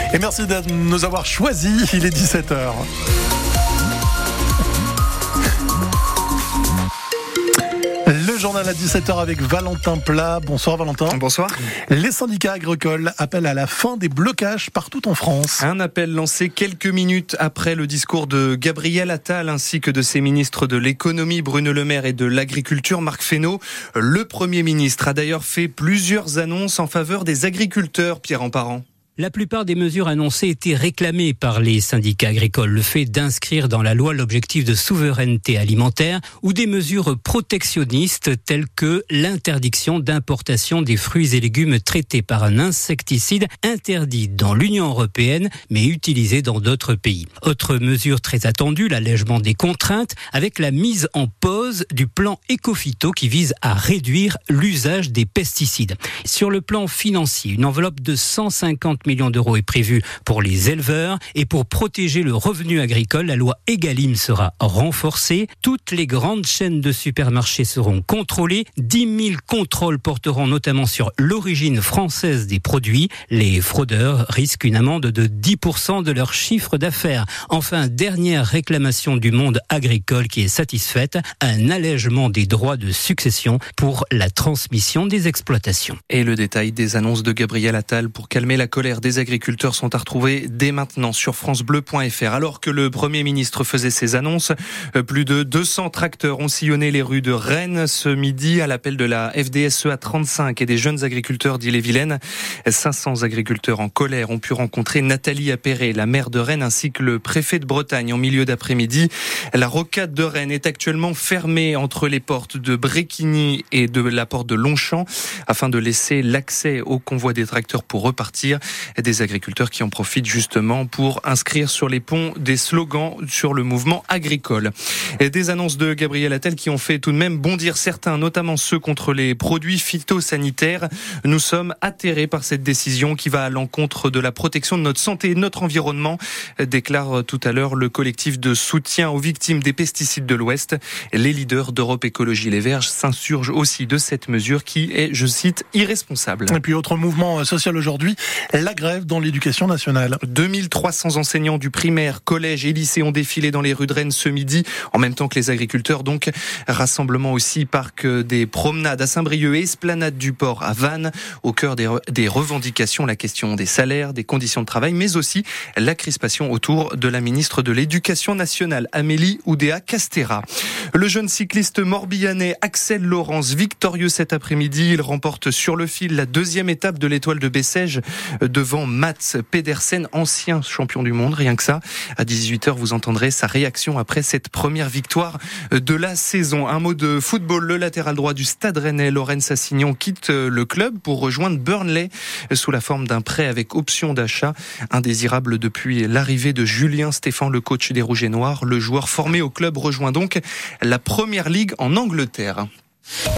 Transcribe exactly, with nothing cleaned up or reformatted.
Et merci de nous avoir choisis. Il est dix-sept heures. Le journal à dix-sept heures avec Valentin Plat. Bonsoir Valentin. Bonsoir. Les syndicats agricoles appellent à la fin des blocages partout en France. Un appel lancé quelques minutes après le discours de Gabriel Attal ainsi que de ses ministres de l'économie Bruno Le Maire et de l'agriculture Marc Fesneau. Le Premier ministre a d'ailleurs fait plusieurs annonces en faveur des agriculteurs, Pierre Emparent. La plupart des mesures annoncées étaient réclamées par les syndicats agricoles. Le fait d'inscrire dans la loi l'objectif de souveraineté alimentaire ou des mesures protectionnistes telles que l'interdiction d'importation des fruits et légumes traités par un insecticide interdit dans l'Union européenne mais utilisé dans d'autres pays. Autre mesure très attendue, l'allègement des contraintes avec la mise en pause du plan Ecophyto qui vise à réduire l'usage des pesticides. Sur le plan financier, une enveloppe de cent cinquante millions d'euros est prévue pour les éleveurs et pour protéger le revenu agricole, la loi Egalim sera renforcée. Toutes les grandes chaînes de supermarchés seront contrôlées. dix mille contrôles porteront notamment sur l'origine française des produits. Les fraudeurs risquent une amende de dix pour cent de leur chiffre d'affaires. Enfin, dernière réclamation du monde agricole qui est satisfaite, un allègement des droits de succession pour la transmission des exploitations. Et le détail des annonces de Gabriel Attal pour calmer la colère des agriculteurs sont à retrouver dès maintenant sur francebleu point f r. Alors que le Premier ministre faisait ses annonces, plus de deux cents tracteurs ont sillonné les rues de Rennes ce midi à l'appel de la F D S E A trente-cinq et des jeunes agriculteurs d'Ille-et-Vilaine. cinq cents agriculteurs en colère ont pu rencontrer Nathalie Appéré, la maire de Rennes, ainsi que le préfet de Bretagne en milieu d'après-midi. La rocade de Rennes est actuellement fermée entre les portes de Bréquigny et de la porte de Longchamp afin de laisser l'accès au convoi des tracteurs pour repartir. Des agriculteurs qui en profitent justement pour inscrire sur les ponts des slogans sur le mouvement agricole. Et des annonces de Gabriel Attal qui ont fait tout de même bondir certains, notamment ceux contre les produits phytosanitaires. Nous sommes atterrés par cette décision qui va à l'encontre de la protection de notre santé et de notre environnement, déclare tout à l'heure le collectif de soutien aux victimes des pesticides de l'Ouest. Les leaders d'Europe Écologie Les Verts s'insurgent aussi de cette mesure qui est, je cite, irresponsable. Et puis autre mouvement social aujourd'hui, la grève dans l'éducation nationale. deux mille trois cents enseignants du primaire, collège et lycée ont défilé dans les rues de Rennes ce midi, en même temps que les agriculteurs. Donc, rassemblement aussi, parc des promenades à Saint-Brieuc et esplanade du port à Vannes. Au cœur des, re- des revendications, la question des salaires, des conditions de travail, mais aussi la crispation autour de la ministre de l'Éducation nationale, Amélie Oudéa-Castéra. Le jeune cycliste morbihanais Axel Laurence, victorieux cet après-midi, il remporte sur le fil la deuxième étape de l'étoile de Bessèges devant Mats Pedersen, ancien champion du monde, rien que ça. À dix-huit heures, vous entendrez sa réaction après cette première victoire de la saison. Un mot de football, le latéral droit du Stade Rennais, Laurent Assignon, quitte le club pour rejoindre Burnley sous la forme d'un prêt avec option d'achat. Indésirable depuis l'arrivée de Julien Stéphan, le coach des Rouges et Noirs. Le joueur formé au club rejoint donc la Première Ligue en Angleterre.